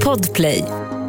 Podplay.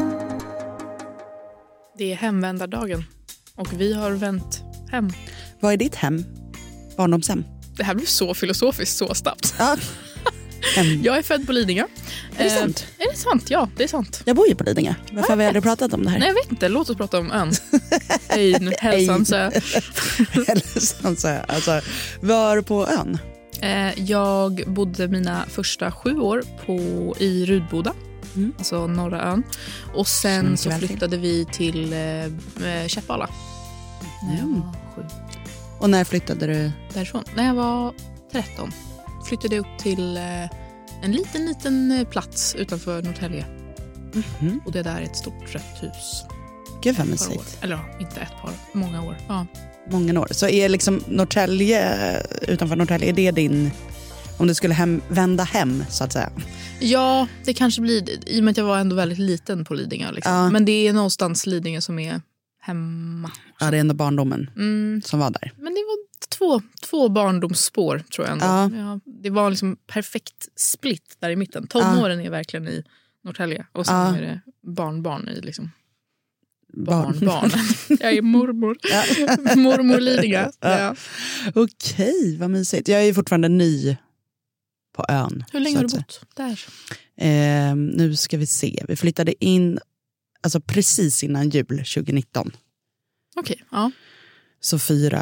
Det är hemvändardagen och vi har vänt hem. Vad är ditt hem? Barndomshem? Det här blir så filosofiskt så snabbt. Ja. Jag är född på Lidingö. Är det sant? Är det sant? Ja, det är sant. Jag bor ju på Lidingö. Varför har vi aldrig pratat om det här? Nej, jag vet inte. Låt oss prata om ön. Hälsansö. Hälsansö. Alltså, var på ön? Jag bodde mina första 7 år i Rudboda. Alltså norra ön. Och sen så flyttade vi till Käppala. När jag var 7. Och när flyttade du? Därifrån. När jag var 13. Flyttade jag upp till en liten plats utanför Norrtälje. Och det där är ett stort rött hus. Gud vad mysigt. Eller inte ett par, många år. Ja. Många år. Så är liksom Norrtälje, utanför Norrtälje, är det din, om du skulle vända hem så att säga? Ja, det kanske blir, i och med att jag var ändå väldigt liten på Lidingö. Liksom. Ja. Men det är någonstans Lidingö som är hemma. Ja, det är ändå barndomen som var där. Men det var två barndomsspår tror jag ändå. Ja, det var liksom perfekt split där i mitten. Tonåren är verkligen i Norrtälje. Och sen är det barnbarn i liksom barnbarn. Jag är mormor. Mormor Lidingö. Ja. Okej, vad mysigt. Jag är fortfarande ny på ön. Hur länge har du bott där? Nu ska vi se. Vi flyttade in alltså precis innan jul 2019. Okej, ja. Så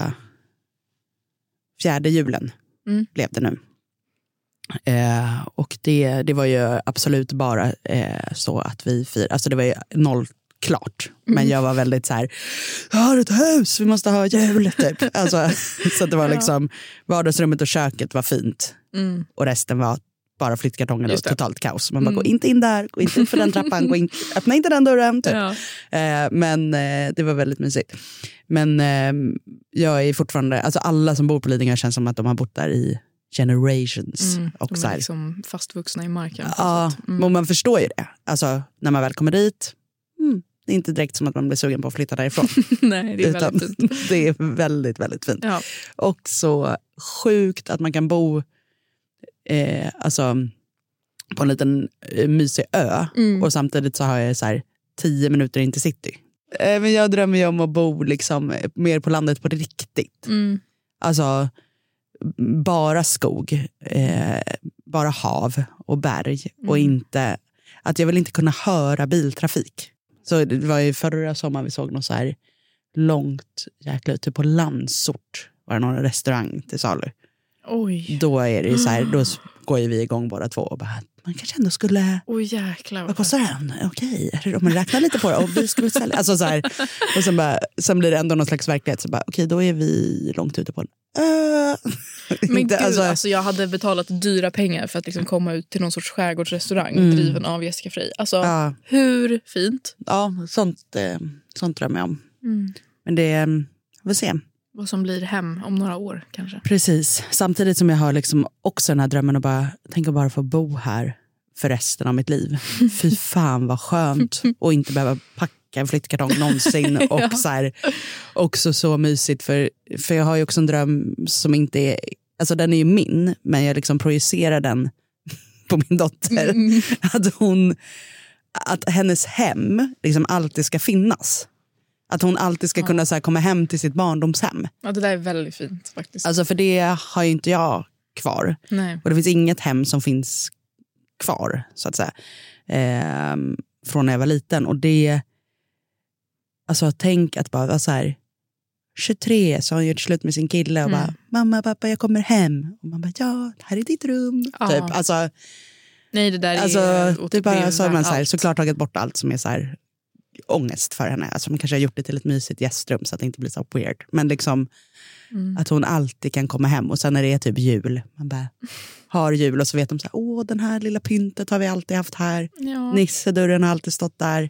fjärde julen blev det nu. Och det var ju absolut bara så att vi firade. Alltså det var ju noll klart. Men jag var väldigt så här, jag har ett hus, vi måste ha jul typ. Alltså, så att det var liksom, vardagsrummet och köket var fint. Och resten var bara flyttkartonger och totalt kaos. Man bara, gå inte in där, gå inte in för den trappan, öppna inte den dörren. Typ. Ja. Men det var väldigt mysigt. Men jag är fortfarande, alltså alla som bor på Lidingö känns som att de har bott där i generations. Och de är liksom fastvuxna i marken. Ja, men man förstår ju det. Alltså när man väl kommer dit, det är inte direkt som att man blir sugen på att flytta därifrån. Nej, det är väldigt fint. Det är väldigt, väldigt fint. Ja. Och så sjukt att man kan bo alltså på en liten mysig ö. Och samtidigt så har jag så här 10 minuter in till city. Men jag drömmer ju om att bo liksom mer på landet på riktigt. Alltså bara skog, bara hav och berg. Och inte, att jag vill inte kunna höra biltrafik. Så det var ju förra sommaren vi såg något så här långt jäkla ute på Landsort. Var det någon restaurang till salu. Oj. Då är det ju så här, då går ju vi igång båda två och bara, man kanske ändå skulle... Oj jäklar. Vad kostar den? Okej, om man räknar lite på det och vi skulle sälja. Alltså så här, och sen blir det ändå någon slags verklighet. Så bara, okej, då är vi långt ute på en ö. Men gud, alltså jag hade betalat dyra pengar för att liksom komma ut till någon sorts skärgårdsrestaurang driven av Jessica Frey. Alltså, hur fint? Ja, sånt drömmer jag om. Men det, vi se. Vad som blir hem om några år kanske. Precis. Samtidigt som jag har liksom också den här drömmen att bara tänka bara få bo här för resten av mitt liv. Fy fan vad skönt. Och inte behöva packa en flyttkartong någonsin. Och så här, också så mysigt. För jag har ju också en dröm som inte är... Alltså den är ju min. Men jag liksom projicerar den på min dotter. Att hennes hem liksom alltid ska finnas. Att hon alltid ska kunna så här, komma hem till sitt barndomshem. Ja, det där är väldigt fint faktiskt. Alltså för det har ju inte jag kvar. Nej. Och det finns inget hem som finns kvar så att säga. Från när jag var liten. Och det, alltså tänk att bara vara så här 23 så har hon gjort slut med sin kille och bara, mamma, pappa, jag kommer hem. Och man bara, ja, här är ditt rum. Ja. Typ. Alltså, nej, det där alltså, är... det är bara så man så här, såklart tagit bort allt som är så här ångest för henne. Alltså man kanske har gjort det till ett mysigt gästrum så att det inte blir så weird. Men liksom att hon alltid kan komma hem. Och sen när det är typ jul, man bara har jul och så vet de så här, åh, den här lilla pyntet har vi alltid haft här. Ja. Nissedörren har alltid stått där.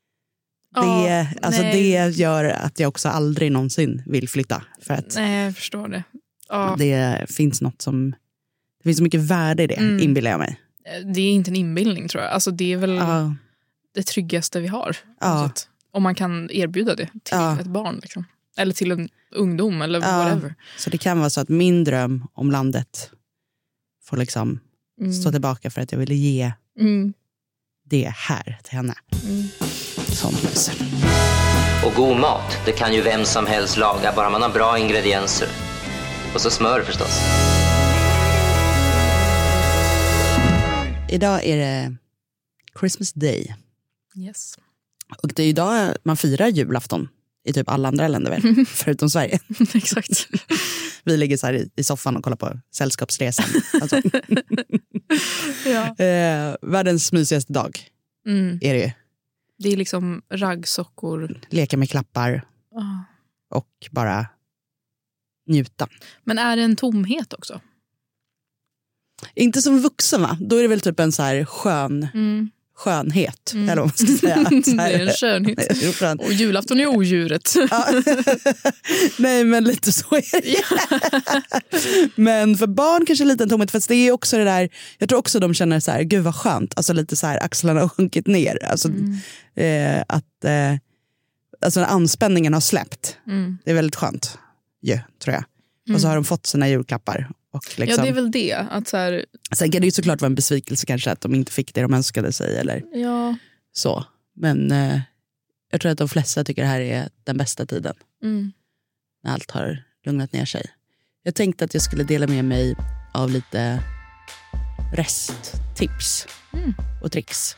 Det gör att jag också aldrig någonsin vill flytta. För att nej, jag förstår det. Det finns något som... Det finns så mycket värde i det, inbillar jag mig. Det är inte en inbildning tror jag. Alltså det är väl det tryggaste vi har. Om man kan erbjuda det till ett barn. Liksom. Eller till en ungdom eller whatever. Så det kan vara så att min dröm om landet får liksom stå tillbaka för att jag ville ge det här till henne. Sånt mys. Och god mat, det kan ju vem som helst laga, bara man har bra ingredienser. Och så smör förstås. Idag är det Christmas Day. Yes. Och det är idag man firar julafton i typ alla andra länder väl, förutom Sverige. Exakt. Vi ligger så här i soffan och kollar på Sällskapsresan. Alltså. Ja. Världens mysigaste dag är det ju. Det är liksom raggsockor. Leka med klappar och bara njuta. Men är det en tomhet också? Inte som vuxen va? Då är det väl typ en så här skönhet. Eller vad man ska säga. Det är en skönhet. Och julafton är odjuret. Nej men lite så är det. Men för barn kanske lite en tomhet. För det är också det där, jag tror också de känner så här, gud vad skönt. Alltså lite så här, axlarna har sjunkit ner. Alltså alltså anspänningen har släppt. Det är väldigt skönt. Ja, tror jag. Och så har de fått sina julklappar. Och liksom, ja, det är väl det. Att så här... Sen kan det ju såklart vara en besvikelse kanske att de inte fick det de önskade sig. Eller så. Men jag tror att de flesta tycker det här är den bästa tiden. När allt har lugnat ner sig. Jag tänkte att jag skulle dela med mig av lite resttips och tricks.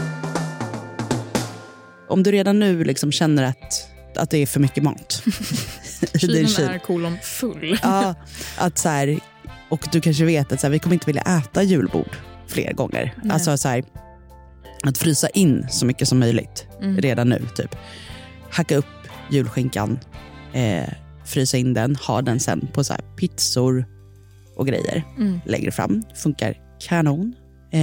Om du redan nu liksom känner att det är för mycket mat. Kylen är kolon full. Ja, att så här, och du kanske vet att så här, vi kommer inte vilja äta julbord fler gånger. Nej. Alltså så här, att frysa in så mycket som möjligt redan nu typ. Hacka upp julskinkan, frysa in den, ha den sen på så här pizzor och grejer. Lägger fram, funkar kanon.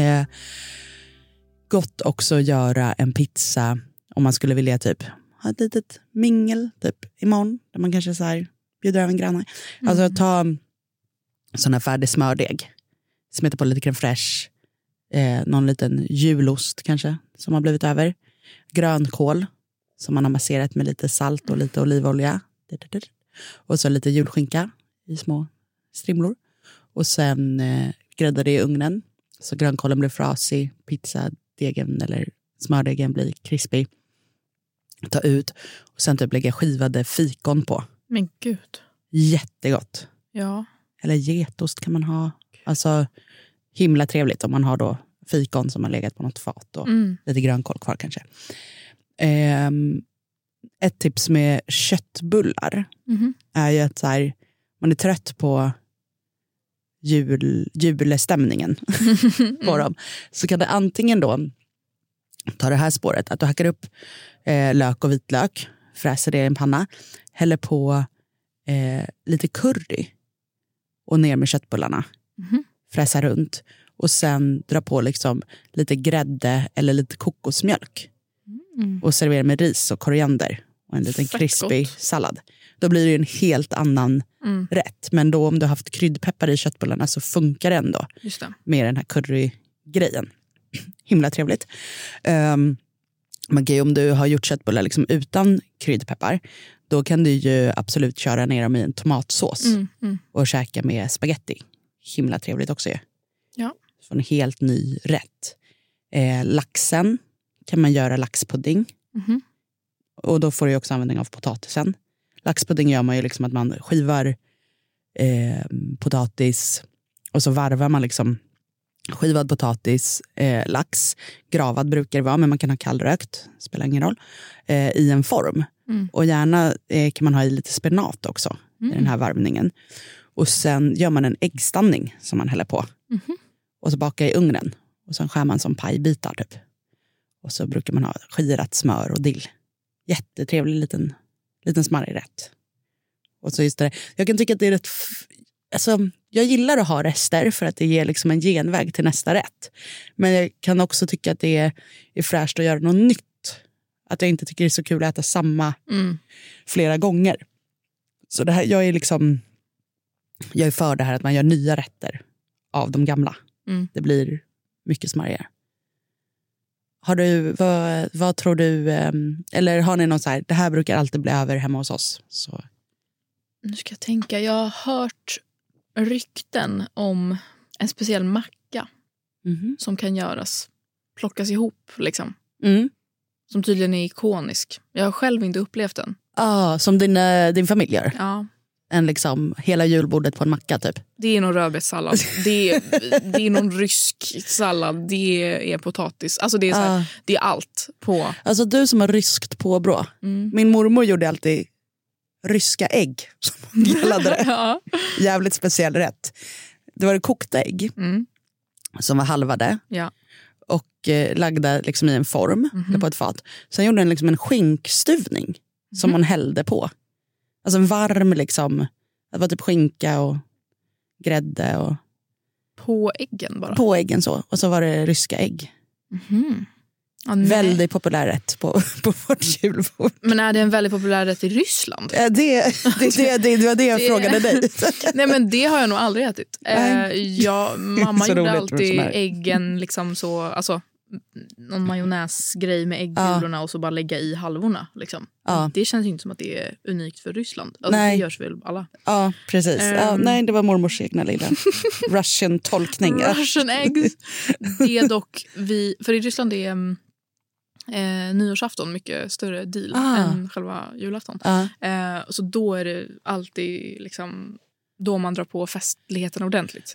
Gott också göra en pizza om man skulle vilja typ ha ett litet mingel typ imorgon där man kanske så här bjuder över en granne. Alltså ta sån här färdig smördeg, smeta på lite crème fraîche, någon liten julost kanske som har blivit över, grönkål som man har masserat med lite salt och lite olivolja och så lite julskinka i små strimlor och sen grädda det i ugnen så grönkålen blir frasig, pizzadegen eller smördegen blir krispig. Ta ut och sen typ lägga skivade fikon på. Men gud. Jättegott. Ja. Eller getost kan man ha. Alltså himla trevligt om man har då fikon som har legat på något fat och lite grönkål kvar kanske. Ett tips med köttbullar är ju att så här, man är trött på julstämningen på dem. Så kan det antingen då ta det här spåret att du hackar upp lök och vitlök, fräser det i en panna, häller på lite curry och ner med köttbullarna, fräsa runt och sen dra på liksom lite grädde eller lite kokosmjölk och servera med ris och koriander och en liten krispig sallad. Då blir det en helt annan rätt, men då om du har haft kryddpeppar i köttbullarna så funkar det ändå med den här currygrejen. Himla trevligt. Man kan ju, om du har gjort köttbullar liksom utan kryddpeppar, då kan du ju absolut köra ner dem i en tomatsås och käka med spaghetti. Himla trevligt också ju. Ja. Så en helt ny rätt. Laxen kan man göra laxpudding. Och då får du också användning av potatisen. Laxpudding gör man ju liksom att man skivar potatis och så varvar man liksom skivad potatis, lax, gravad brukar det vara, men man kan ha kallrökt, spelar ingen roll, i en form. Och gärna kan man ha i lite spenat också i den här varvningen. Och sen gör man en äggstanning som man häller på. Och så bakar i ugnen. Och sen skär man som pajbitar typ. Och så brukar man ha skirat smör och dill. Jättetrevlig liten smarrig rätt. Och så just det, jag kan tycka att det är rätt... Alltså, jag gillar att ha rester för att det ger liksom en genväg till nästa rätt. Men jag kan också tycka att det är fräscht att göra något nytt. Att jag inte tycker det är så kul att äta samma flera gånger. Så det här, jag är för det här att man gör nya rätter av de gamla. Det blir mycket smarrigare. Har du, vad tror du, eller har ni någon så här, det här brukar alltid bli över hemma hos oss. Så. Nu ska jag tänka, jag har hört rykten om en speciell macka som kan göras plockas ihop liksom. Mm. Som tydligen är ikonisk. Jag har själv inte upplevt den. Som din familj gör. Ja. En liksom hela julbordet på en macka typ. Det är någon rödbetssallad. det är någon rysk sallad. Det är potatis. Alltså det är, så här, det är allt på. Alltså du som har ryskt påbrå. Min mormor gjorde alltid ryska ägg, som hon kallade det. Ja. Jävligt speciell rätt. Det var kokta ägg som var halvade. Ja. Och lagda liksom i en form på ett fat. Sen gjorde den liksom en skinkstuvning som hon hällde på. Alltså en varm liksom, det var typ skinka och grädde och på äggen bara. På äggen så. Och så var det ryska ägg. Väldigt populär rätt på vårt julbord. Men är det en väldigt populär rätt i Ryssland? Det var det jag frågade dig. Nej, men det har jag nog aldrig ätit. Mamma gjorde alltid äggen liksom så, alltså någon majonnäsgrej med äggulorna och så bara lägga i halvorna liksom. Det känns inte som att det är unikt för Ryssland. Alltså, det görs väl alla. Ja, precis. Nej, det var mormors egna lilla Russian tolkning. Russian eggs. Det är dock för i Ryssland är nyårsafton mycket större deal än själva julafton. Så då är det alltid liksom då man drar på festligheten ordentligt.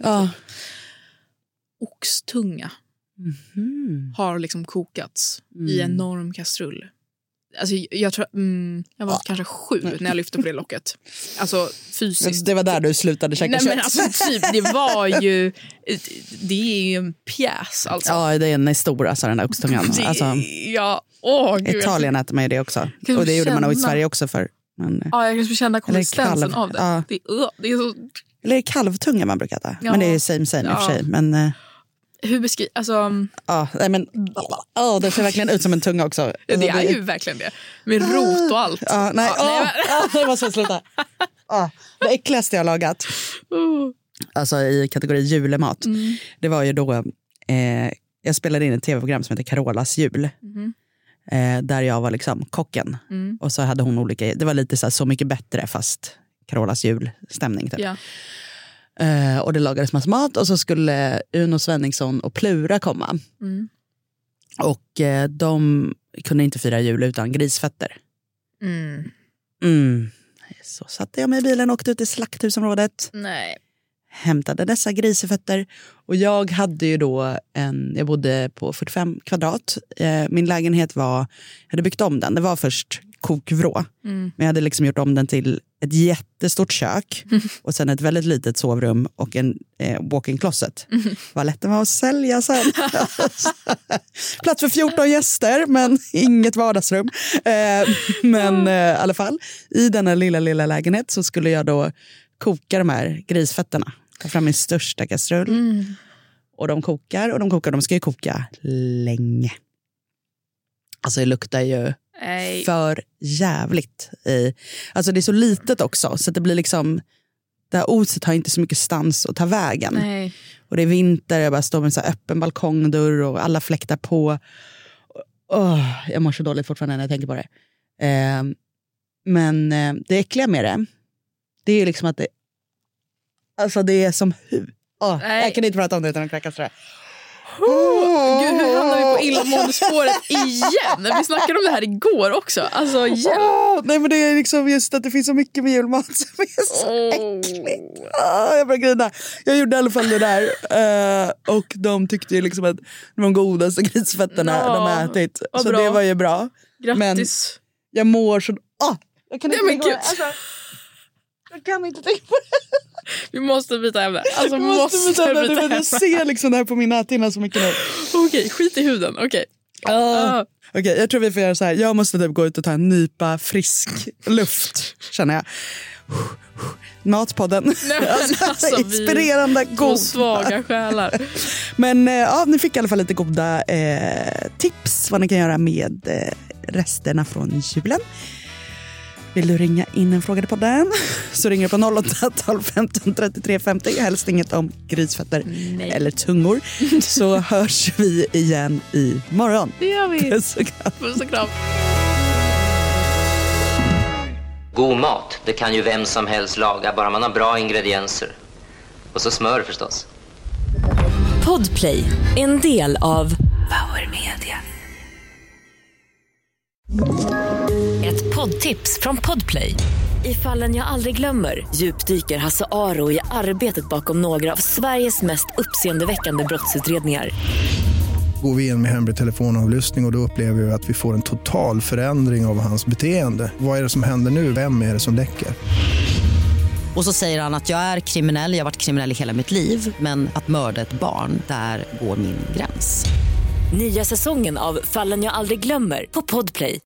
Oxtunga har liksom kokats i en enorm kastrull. Alltså jag tror jag var kanske 7 när jag lyfte på det locket. Alltså fysiskt. Det var där du slutade käka kött. Men alltså typ det var ju det är ju en pjäs alltså. Ja, det är en stor alltså den där oxtungan. Alltså, Italien äter man ju det också. Och det gjorde man nog i Sverige också för. Men, jag kan känna konsistensen av det. Det är så. Eller är det kalvtunga man brukar äta? Men det är same i och för sig. Men hur beskriver alltså det ser verkligen ut som en tunga också. Ja, det är ju verkligen det. Med rot och allt. Det måste jag sluta. Det äckligaste jag har lagat. Alltså i kategori julemat. Det var ju då jag spelade in ett tv-program som heter Carolas jul. Där jag var liksom kocken. Och så hade hon olika, det var lite så mycket bättre fast Carolas julstämning typ. Ja. Och det lagades massa mat och så skulle Uno Svenningsson och Plura komma. Och de kunde inte fira jul utan grisfötter. Så satte jag mig i bilen och åkte ut i slakthusområdet. Nej. Hämtade dessa grisfötter. Och jag hade ju då jag bodde på 45 kvadrat. Min lägenhet jag hade byggt om den. Det var först kokvrå. Men jag hade liksom gjort om den till ett jättestort kök. Och sen ett väldigt litet sovrum och en walk-in closet. Vad lätt det var att sälja sen. Plats för 14 gäster men inget vardagsrum. Men i alla fall, i denna lilla lägenhet så skulle jag då koka de här grisfötterna. Ta fram min största kastrull. Och de kokar och de kokar. De ska ju koka länge. Alltså det luktar ju för jävligt. Alltså det är så litet också. Så att det blir liksom, det här oset har inte så mycket stans att ta vägen. Nej. Och det är vinter, jag bara står med en så här öppen balkongdörr och alla fläktar på. Jag mår så dåligt fortfarande när jag tänker på det. Men det äckliga med det är liksom att det är som jag kan inte prata om det utan att kräkas tror jag. Gud, hur hamnar vi på illamåendespåret igen? Vi snackade om det här igår också. Alltså, nej men det är liksom just att det finns så mycket med julmat som är så äckligt. Jag börjar grina. Jag gjorde i alla fall det där. Och de tyckte ju liksom att de godaste grisfötterna de ätit. Så bra. Det var ju bra. Grattis. Men jag mår så... jag kan inte tänka på det. Alltså, jag kan inte tänka på det. Vi måste byta ämne. Alltså, måste byta ämne. Jag ser liksom det här på min näthinna så mycket nu. Okej, skit i huden. Okej, jag tror vi får göra så här. Jag måste typ gå ut och ta en nypa frisk luft, känner jag. Matpodden. Alltså, inspirerande, god. Svaga själar. Men ni fick i alla fall lite goda tips vad ni kan göra med resterna från julen. Vill du ringa in en fråga till podden så ringer du på 08 12 15 33 50. Helst inget om grisfötter eller tungor. Så hörs vi igen imorgon. Det gör vi. Puss och kram. Puss och kram. God mat, det kan ju vem som helst laga, bara man har bra ingredienser. Och så smör förstås. Podplay, en del av Power Media. Ett poddtips från Podplay. I Fallen jag aldrig glömmer djupdyker Hasse Aro i arbetet bakom några av Sveriges mest uppseendeväckande brottsutredningar. Går vi in med hemlig telefonavlyssning och då upplever vi att vi får en total förändring av hans beteende. Vad är det som händer nu? Vem är det som läcker? Och så säger han att jag är kriminell, jag har varit kriminell i hela mitt liv. Men att mörda ett barn, där går min gräns. Nya säsongen av Fallen jag aldrig glömmer på Podplay.